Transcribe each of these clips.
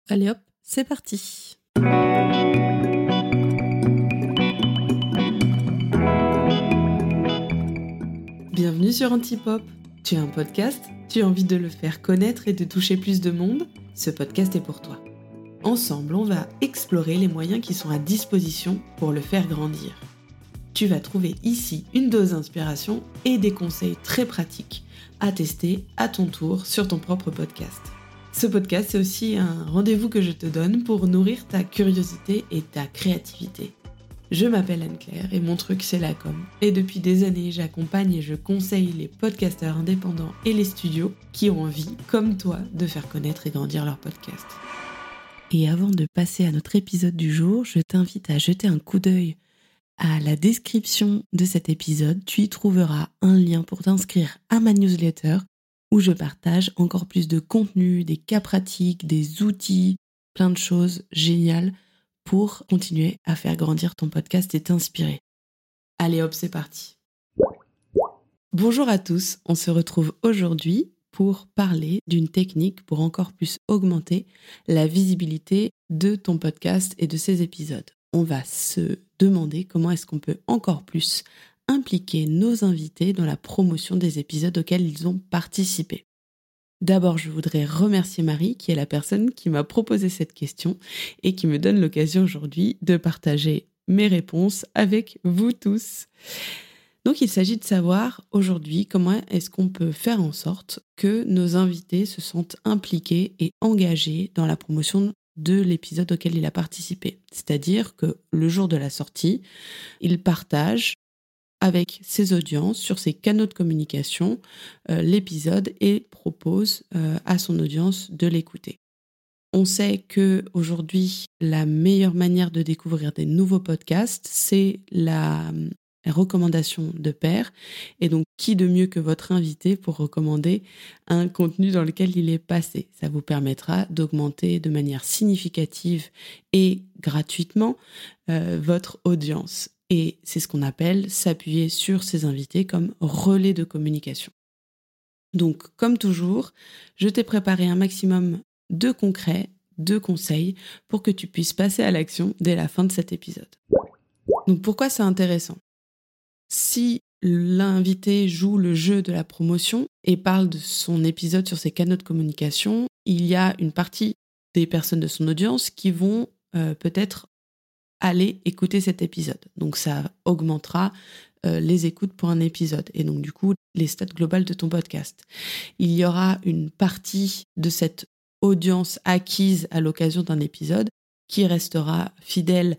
Allez hop, c'est parti. Bienvenue sur Antipop. Tu as un podcast? Tu as envie de le faire connaître et de toucher plus de monde? Ce podcast est pour toi. Ensemble, on va explorer les moyens qui sont à disposition pour le faire grandir. Tu vas trouver ici une dose d'inspiration et des conseils très pratiques à tester à ton tour sur ton propre podcast. Ce podcast, c'est aussi un rendez-vous que je te donne pour nourrir ta curiosité et ta créativité. Je m'appelle Anne-Claire et mon truc, c'est la com. Et depuis des années, j'accompagne et je conseille les podcasteurs indépendants et les studios qui ont envie, comme toi, de faire connaître et grandir leur podcast. Et avant de passer à notre épisode du jour, je t'invite à jeter un coup d'œil à la description de cet épisode. Tu y trouveras un lien pour t'inscrire à ma newsletter où je partage encore plus de contenu, des cas pratiques, des outils, plein de choses géniales pour continuer à faire grandir ton podcast et t'inspirer. Allez hop, c'est parti. Bonjour à tous, on se retrouve aujourd'hui pour parler d'une technique pour encore plus augmenter la visibilité de ton podcast et de ses épisodes. On va se demander comment est-ce qu'on peut encore plus impliquer nos invités dans la promotion des épisodes auxquels ils ont participé. D'abord, je voudrais remercier Marie, qui est la personne qui m'a proposé cette question et qui me donne l'occasion aujourd'hui de partager mes réponses avec vous tous. Donc, il s'agit de savoir aujourd'hui comment est-ce qu'on peut faire en sorte que nos invités se sentent impliqués et engagés dans la promotion de l'épisode auquel il a participé. C'est-à-dire que le jour de la sortie, il partage avec ses audiences, sur ses canaux de communication, l'épisode et propose à son audience de l'écouter. On sait qu'aujourd'hui, la meilleure manière de découvrir des nouveaux podcasts, c'est la recommandation de pairs. Et donc, qui de mieux que votre invité pour recommander un contenu dans lequel il est passé? Ça vous permettra d'augmenter de manière significative et gratuitement votre audience. Et c'est ce qu'on appelle s'appuyer sur ses invités comme relais de communication. Donc, comme toujours, je t'ai préparé un maximum de concrets, de conseils pour que tu puisses passer à l'action dès la fin de cet épisode. Donc, pourquoi c'est intéressant? Si l'invité joue le jeu de la promotion et parle de son épisode sur ses canaux de communication, il y a une partie des personnes de son audience qui vont peut-être aller écouter cet épisode. Donc ça augmentera les écoutes pour un épisode et donc du coup les stats globales de ton podcast. Il y aura une partie de cette audience acquise à l'occasion d'un épisode qui restera fidèle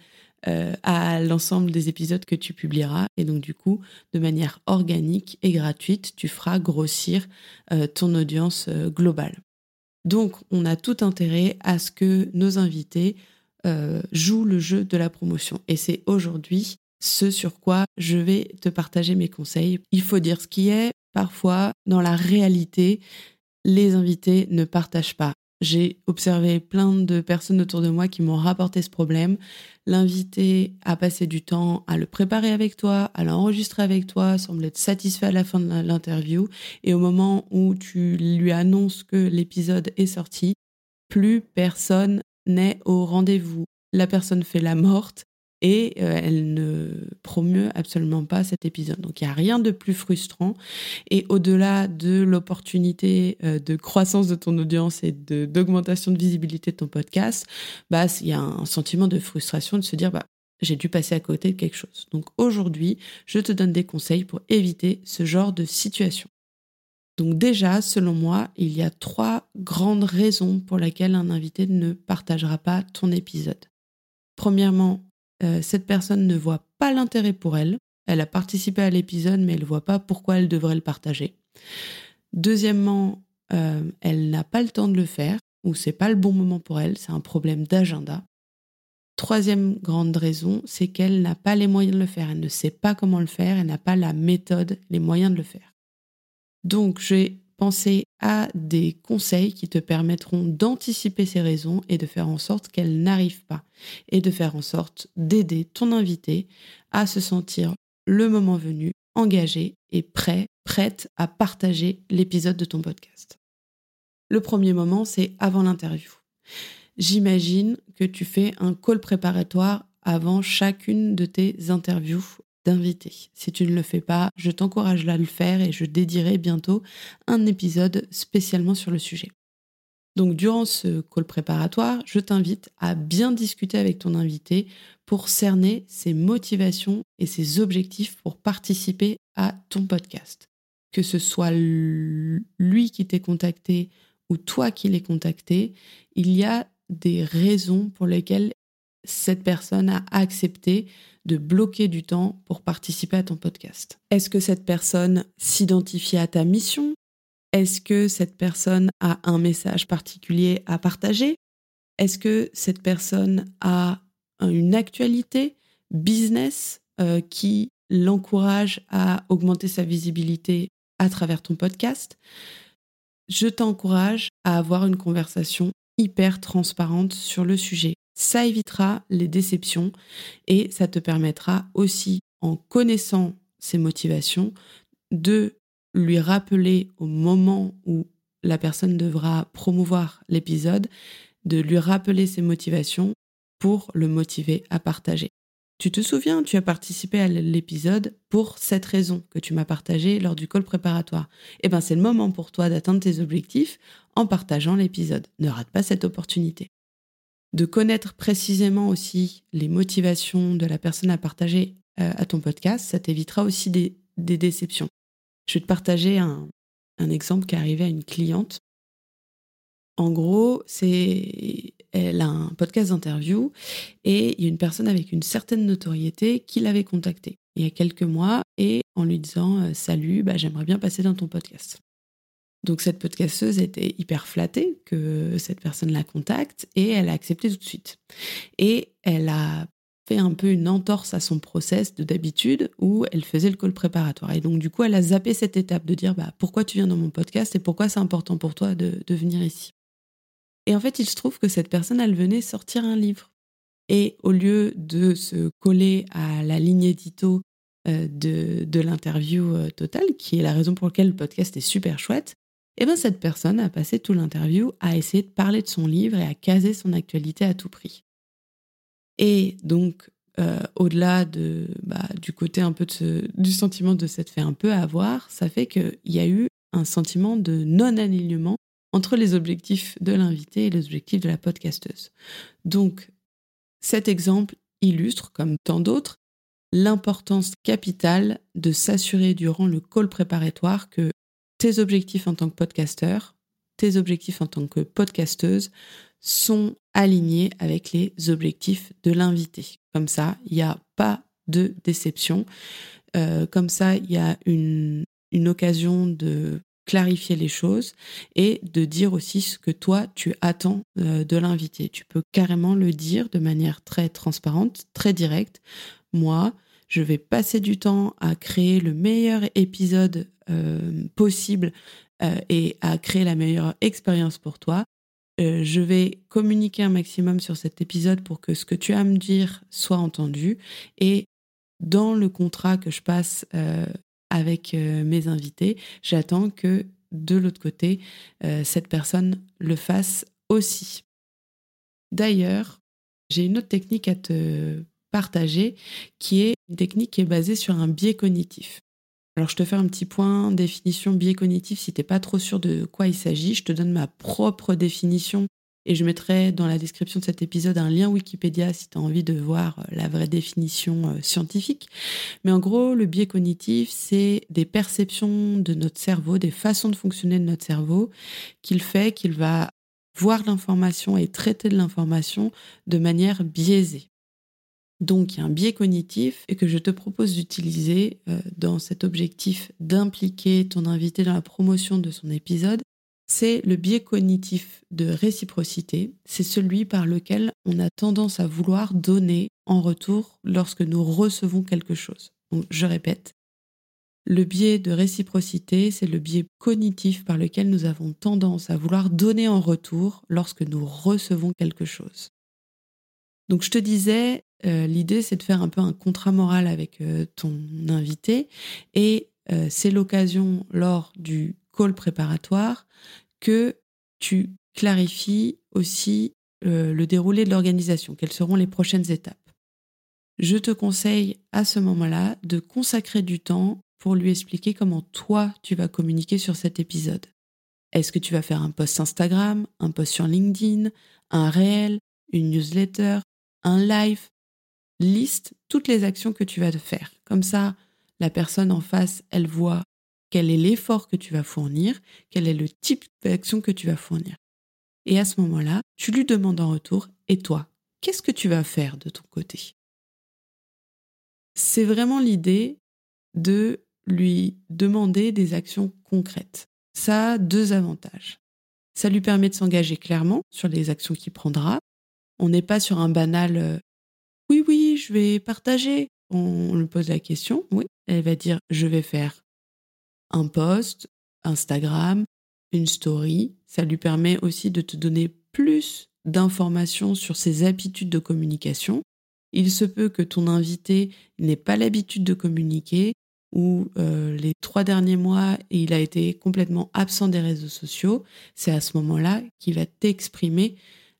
à l'ensemble des épisodes que tu publieras et donc du coup de manière organique et gratuite tu feras grossir ton audience globale. Donc on a tout intérêt à ce que nos invités joue le jeu de la promotion. Et c'est aujourd'hui ce sur quoi je vais te partager mes conseils. Il faut dire ce qui est. Parfois, dans la réalité, les invités ne partagent pas. J'ai observé plein de personnes autour de moi qui m'ont rapporté ce problème. L'invité a passé du temps à le préparer avec toi, à l'enregistrer avec toi, semble être satisfait à la fin de l'interview. Et au moment où tu lui annonces que l'épisode est sorti, plus personne n'est au rendez-vous. La personne fait la morte et elle ne promeut absolument pas cet épisode. Donc il n'y a rien de plus frustrant. Et au-delà de l'opportunité de croissance de ton audience et d'augmentation de visibilité de ton podcast, il y a un sentiment de frustration de se dire j'ai dû passer à côté de quelque chose. Donc aujourd'hui, je te donne des conseils pour éviter ce genre de situation. Donc déjà, selon moi, il y a 3 grandes raisons pour lesquelles un invité ne partagera pas ton épisode. Premièrement, cette personne ne voit pas l'intérêt pour elle. Elle a participé à l'épisode, mais elle ne voit pas pourquoi elle devrait le partager. Deuxièmement, elle n'a pas le temps de le faire, ou c'est pas le bon moment pour elle, c'est un problème d'agenda. Troisième grande raison, c'est qu'elle n'a pas les moyens de le faire. Elle ne sait pas comment le faire, elle n'a pas la méthode, les moyens de le faire. Donc, j'ai pensé à des conseils qui te permettront d'anticiper ces raisons et de faire en sorte qu'elles n'arrivent pas. Et de faire en sorte d'aider ton invité à se sentir le moment venu, engagé et prête à partager l'épisode de ton podcast. Le premier moment, c'est avant l'interview. j'imagine que tu fais un call préparatoire avant chacune de tes interviews d'invités. Si tu ne le fais pas, je t'encourage à le faire et je dédierai bientôt un épisode spécialement sur le sujet. Donc durant ce call préparatoire, je t'invite à bien discuter avec ton invité pour cerner ses motivations et ses objectifs pour participer à ton podcast. Que ce soit lui qui t'ait contacté ou toi qui l'ait contacté, il y a des raisons pour lesquelles cette personne a accepté de bloquer du temps pour participer à ton podcast. Est-ce que cette personne s'identifie à ta mission ? Est-ce que cette personne a un message particulier à partager ? Est-ce que cette personne a une actualité business qui l'encourage à augmenter sa visibilité à travers ton podcast ? Je t'encourage à avoir une conversation hyper transparente sur le sujet. Ça évitera les déceptions et ça te permettra aussi, en connaissant ses motivations, de lui rappeler au moment où la personne devra promouvoir l'épisode, de lui rappeler ses motivations pour le motiver à partager. Tu te souviens, tu as participé à l'épisode pour cette raison que tu m'as partagée lors du call préparatoire. Eh bien, c'est le moment pour toi d'atteindre tes objectifs en partageant l'épisode. Ne rate pas cette opportunité. De connaître précisément aussi les motivations de la personne à partager à ton podcast, ça t'évitera aussi des déceptions. Je vais te partager un exemple qui est arrivé à une cliente. En gros, elle a un podcast d'interview et il y a une personne avec une certaine notoriété qui l'avait contactée il y a quelques mois et en lui disant « Salut, j'aimerais bien passer dans ton podcast ». Donc cette podcasteuse était hyper flattée que cette personne la contacte et elle a accepté tout de suite. Et elle a fait un peu une entorse à son process d'habitude où elle faisait le call préparatoire. Et donc du coup, elle a zappé cette étape de dire pourquoi tu viens dans mon podcast et pourquoi c'est important pour toi de venir ici. Et en fait, il se trouve que cette personne, elle venait sortir un livre. Et au lieu de se coller à la ligne édito de l'interview totale, qui est la raison pour laquelle le podcast est super chouette, cette personne a passé tout l'interview à essayer de parler de son livre et à caser son actualité à tout prix. Et donc, au-delà du côté un peu du sentiment de s'être fait un peu avoir, ça fait qu'il y a eu un sentiment de non-alignement entre les objectifs de l'invité et les objectifs de la podcasteuse. Donc, cet exemple illustre, comme tant d'autres, l'importance capitale de s'assurer durant le call préparatoire que tes objectifs en tant que podcasteur, tes objectifs en tant que podcasteuse sont alignés avec les objectifs de l'invité. Comme ça, il n'y a pas de déception. Comme ça, il y a une occasion de clarifier les choses et de dire aussi ce que toi, tu attends de l'invité. Tu peux carrément le dire de manière très transparente, très directe. Moi, je vais passer du temps à créer le meilleur épisode possible et à créer la meilleure expérience pour toi. Je vais communiquer un maximum sur cet épisode pour que ce que tu as à me dire soit entendu. Et dans le contrat que je passe avec mes invités, j'attends que de l'autre côté, cette personne le fasse aussi. D'ailleurs, j'ai une autre technique à te partager qui est une technique qui est basée sur un biais cognitif. Alors, je te fais un petit point définition biais cognitif si tu n'es pas trop sûr de quoi il s'agit. Je te donne ma propre définition et je mettrai dans la description de cet épisode un lien Wikipédia si tu as envie de voir la vraie définition scientifique. Mais en gros, le biais cognitif, c'est des perceptions de notre cerveau, des façons de fonctionner de notre cerveau qu'il va voir l'information et traiter de l'information de manière biaisée. Donc, il y a un biais cognitif et que je te propose d'utiliser dans cet objectif d'impliquer ton invité dans la promotion de son épisode. C'est le biais cognitif de réciprocité. C'est celui par lequel on a tendance à vouloir donner en retour lorsque nous recevons quelque chose. Donc, je répète, le biais de réciprocité, c'est le biais cognitif par lequel nous avons tendance à vouloir donner en retour lorsque nous recevons quelque chose. Donc, je te disais, l'idée, c'est de faire un peu un contrat moral avec ton invité et c'est l'occasion, lors du call préparatoire, que tu clarifies aussi le déroulé de l'organisation, quelles seront les prochaines étapes. Je te conseille à ce moment-là de consacrer du temps pour lui expliquer comment toi, tu vas communiquer sur cet épisode. Est-ce que tu vas faire un post Instagram, un post sur LinkedIn, un réel, une newsletter, un live? Liste toutes les actions que tu vas faire. Comme ça, la personne en face, elle voit quel est l'effort que tu vas fournir, quel est le type d'action que tu vas fournir. Et à ce moment-là, tu lui demandes en retour, et toi, qu'est-ce que tu vas faire de ton côté? C'est vraiment l'idée de lui demander des actions concrètes. Ça a 2 avantages. Ça lui permet de s'engager clairement sur les actions qu'il prendra. On n'est pas sur un banal oui, oui, je vais partager. On lui pose la question, oui. Elle va dire je vais faire un post, Instagram, une story. Ça lui permet aussi de te donner plus d'informations sur ses habitudes de communication. Il se peut que ton invité n'ait pas l'habitude de communiquer ou les 3 derniers mois, il a été complètement absent des réseaux sociaux. C'est à ce moment-là qu'il va t'exprimer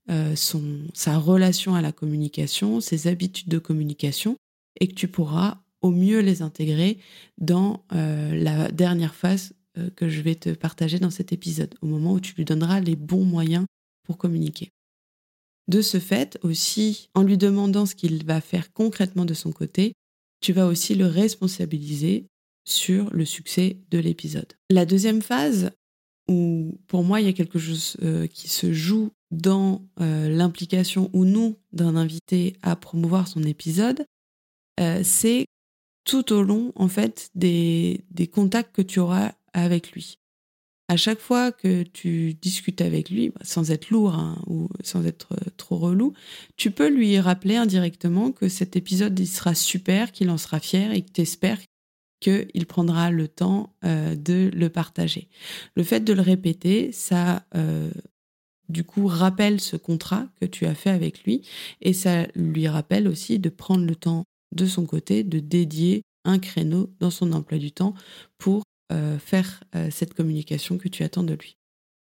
sa relation à la communication, ses habitudes de communication, et que tu pourras au mieux les intégrer dans la dernière phase que je vais te partager dans cet épisode, au moment où tu lui donneras les bons moyens pour communiquer. De ce fait, aussi, en lui demandant ce qu'il va faire concrètement de son côté, tu vas aussi le responsabiliser sur le succès de l'épisode. La deuxième phase, où pour moi il y a quelque chose qui se joue dans l'implication ou non d'un invité à promouvoir son épisode, c'est tout au long en fait des contacts que tu auras avec lui. À chaque fois que tu discutes avec lui, sans être lourd ou sans être trop relou, tu peux lui rappeler indirectement que cet épisode il sera super, qu'il en sera fier et que tu espères qu'il prendra le temps de le partager. Le fait de le répéter, ça du coup rappelle ce contrat que tu as fait avec lui et ça lui rappelle aussi de prendre le temps de son côté, de dédier un créneau dans son emploi du temps pour faire cette communication que tu attends de lui.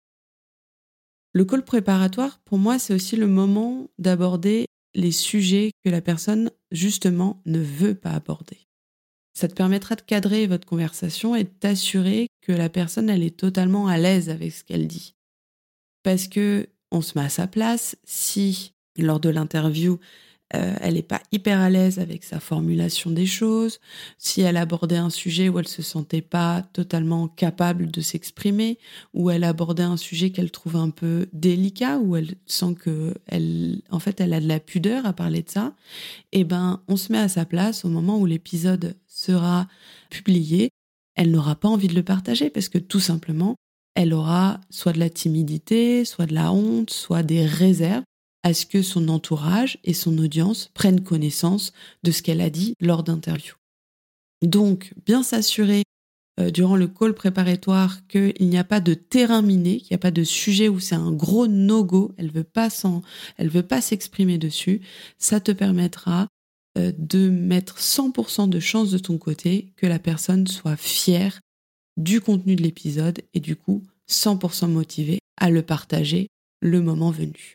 Le call préparatoire, pour moi, c'est aussi le moment d'aborder les sujets que la personne, justement, ne veut pas aborder. Ça te permettra de cadrer votre conversation et de t'assurer que la personne, elle est totalement à l'aise avec ce qu'elle dit. Parce que on se met à sa place, si lors de l'interview, elle n'est pas hyper à l'aise avec sa formulation des choses, si elle abordait un sujet où elle se sentait pas totalement capable de s'exprimer, ou elle abordait un sujet qu'elle trouve un peu délicat, où elle sent que elle a de la pudeur à parler de ça, et ben on se met à sa place au moment où l'épisode sera publié. Elle n'aura pas envie de le partager parce que tout simplement, elle aura soit de la timidité, soit de la honte, soit des réserves à ce que son entourage et son audience prennent connaissance de ce qu'elle a dit lors d'interviews. Donc, bien s'assurer durant le call préparatoire qu'il n'y a pas de terrain miné, qu'il n'y a pas de sujet où c'est un gros no-go, elle veut pas s'exprimer dessus, ça te permettra de mettre 100% de chance de ton côté que la personne soit fière du contenu de l'épisode et du coup 100% motivée à le partager le moment venu.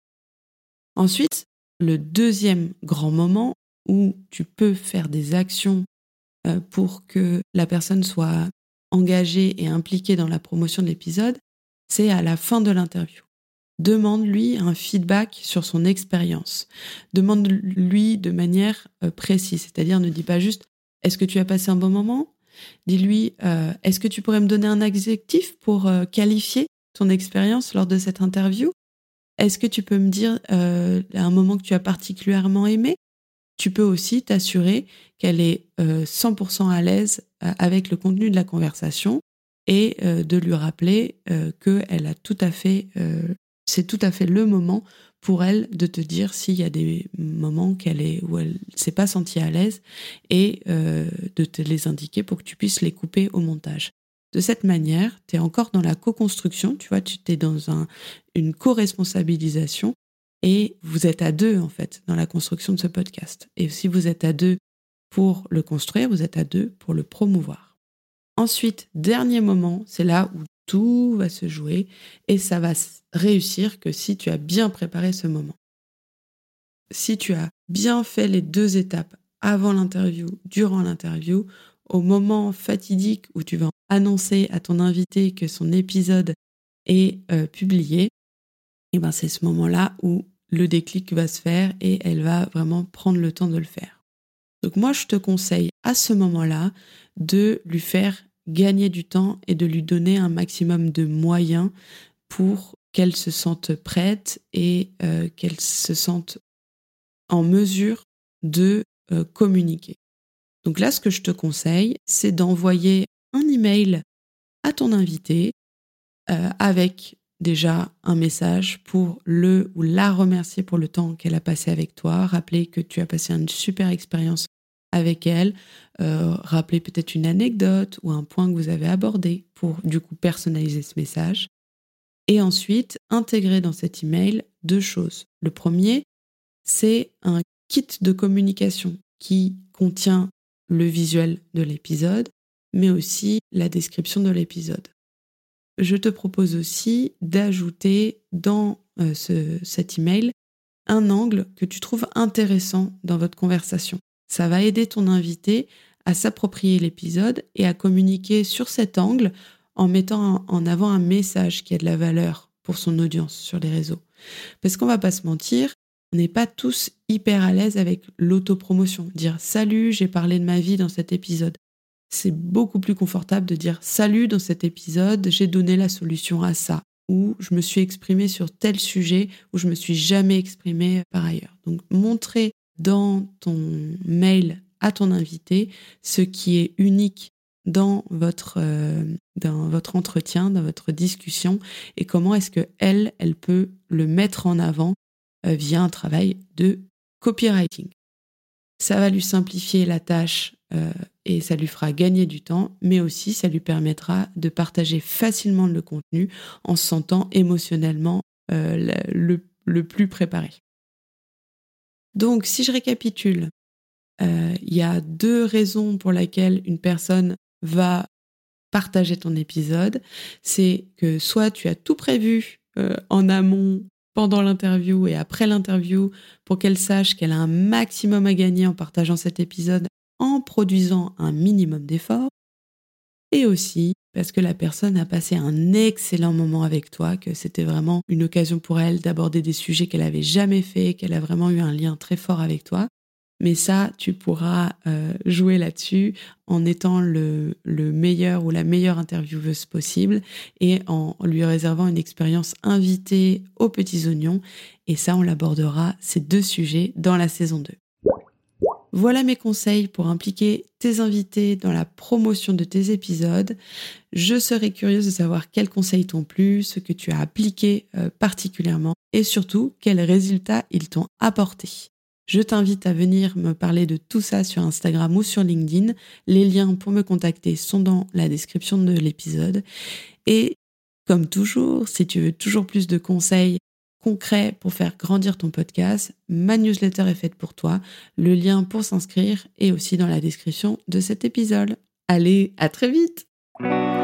Ensuite, le deuxième grand moment où tu peux faire des actions pour que la personne soit engagée et impliquée dans la promotion de l'épisode, c'est à la fin de l'interview. Demande-lui un feedback sur son expérience. Demande-lui de manière précise, c'est-à-dire ne dis pas juste « Est-ce que tu as passé un bon moment ?» Dis-lui « Est-ce que tu pourrais me donner un adjectif pour qualifier ton expérience lors de cette interview ? Est-ce que tu peux me dire un moment que tu as particulièrement aimé ?» Tu peux aussi t'assurer qu'elle est 100% à l'aise avec le contenu de la conversation et de lui rappeler qu'elle a tout à fait, c'est tout à fait le moment pour elle de te dire s'il y a des moments où elle s'est pas sentie à l'aise et de te les indiquer pour que tu puisses les couper au montage. De cette manière, tu es encore dans la co-construction, tu vois, tu es dans une co-responsabilisation et vous êtes à deux, en fait, dans la construction de ce podcast. Et si vous êtes à deux pour le construire, vous êtes à deux pour le promouvoir. Ensuite, dernier moment, c'est là où tout va se jouer et ça va réussir que si tu as bien préparé ce moment. Si tu as bien fait les 2 étapes, avant l'interview, durant l'interview, au moment fatidique où tu vas annoncer à ton invité que son épisode est publié, et ben c'est ce moment-là où le déclic va se faire et elle va vraiment prendre le temps de le faire. Donc moi, je te conseille à ce moment-là de lui faire gagner du temps et de lui donner un maximum de moyens pour qu'elle se sente prête et qu'elle se sente en mesure de communiquer. Donc là, ce que je te conseille, c'est d'envoyer un email à ton invité avec déjà un message pour le ou la remercier pour le temps qu'elle a passé avec toi, rappeler que tu as passé une super expérience avec elle, rappeler peut-être une anecdote ou un point que vous avez abordé pour du coup personnaliser ce message. Et ensuite, intégrer dans cet email 2 choses. Le premier, c'est un kit de communication qui contient le visuel de l'épisode, mais aussi la description de l'épisode. Je te propose aussi d'ajouter dans cet email un angle que tu trouves intéressant dans votre conversation. Ça va aider ton invité à s'approprier l'épisode et à communiquer sur cet angle en mettant en avant un message qui a de la valeur pour son audience sur les réseaux. Parce qu'on va pas se mentir, on n'est pas tous hyper à l'aise avec l'autopromotion. Dire « Salut, j'ai parlé de ma vie dans cet épisode ». C'est beaucoup plus confortable de dire « Salut, dans cet épisode, j'ai donné la solution à ça » ou « Je me suis exprimée sur tel sujet » ou « Je me suis jamais exprimée par ailleurs ». Donc, montrer dans ton mail à ton invité ce qui est unique dans votre entretien, dans votre discussion et comment est-ce que elle peut le mettre en avant via un travail de copywriting. Ça va lui simplifier la tâche et ça lui fera gagner du temps, mais aussi ça lui permettra de partager facilement le contenu en se sentant émotionnellement le plus préparé. Donc, si je récapitule, il y a 2 raisons pour lesquelles une personne va partager ton épisode. C'est que soit tu as tout prévu en amont, pendant l'interview et après l'interview pour qu'elle sache qu'elle a un maximum à gagner en partageant cet épisode en produisant un minimum d'efforts. Et aussi parce que la personne a passé un excellent moment avec toi, que c'était vraiment une occasion pour elle d'aborder des sujets qu'elle n'avait jamais fait, qu'elle a vraiment eu un lien très fort avec toi. Mais ça, tu pourras jouer là-dessus en étant le meilleur ou la meilleure intervieweuse possible et en lui réservant une expérience invitée aux petits oignons. Et ça, on l'abordera, ces 2 sujets, dans la saison 2. Voilà mes conseils pour impliquer tes invités dans la promotion de tes épisodes. Je serais curieuse de savoir quels conseils t'ont plu, ce que tu as appliqué particulièrement et surtout quels résultats ils t'ont apporté. Je t'invite à venir me parler de tout ça sur Instagram ou sur LinkedIn. Les liens pour me contacter sont dans la description de l'épisode. Et comme toujours, si tu veux toujours plus de conseils concrets pour faire grandir ton podcast, ma newsletter est faite pour toi. Le lien pour s'inscrire est aussi dans la description de cet épisode. Allez, à très vite!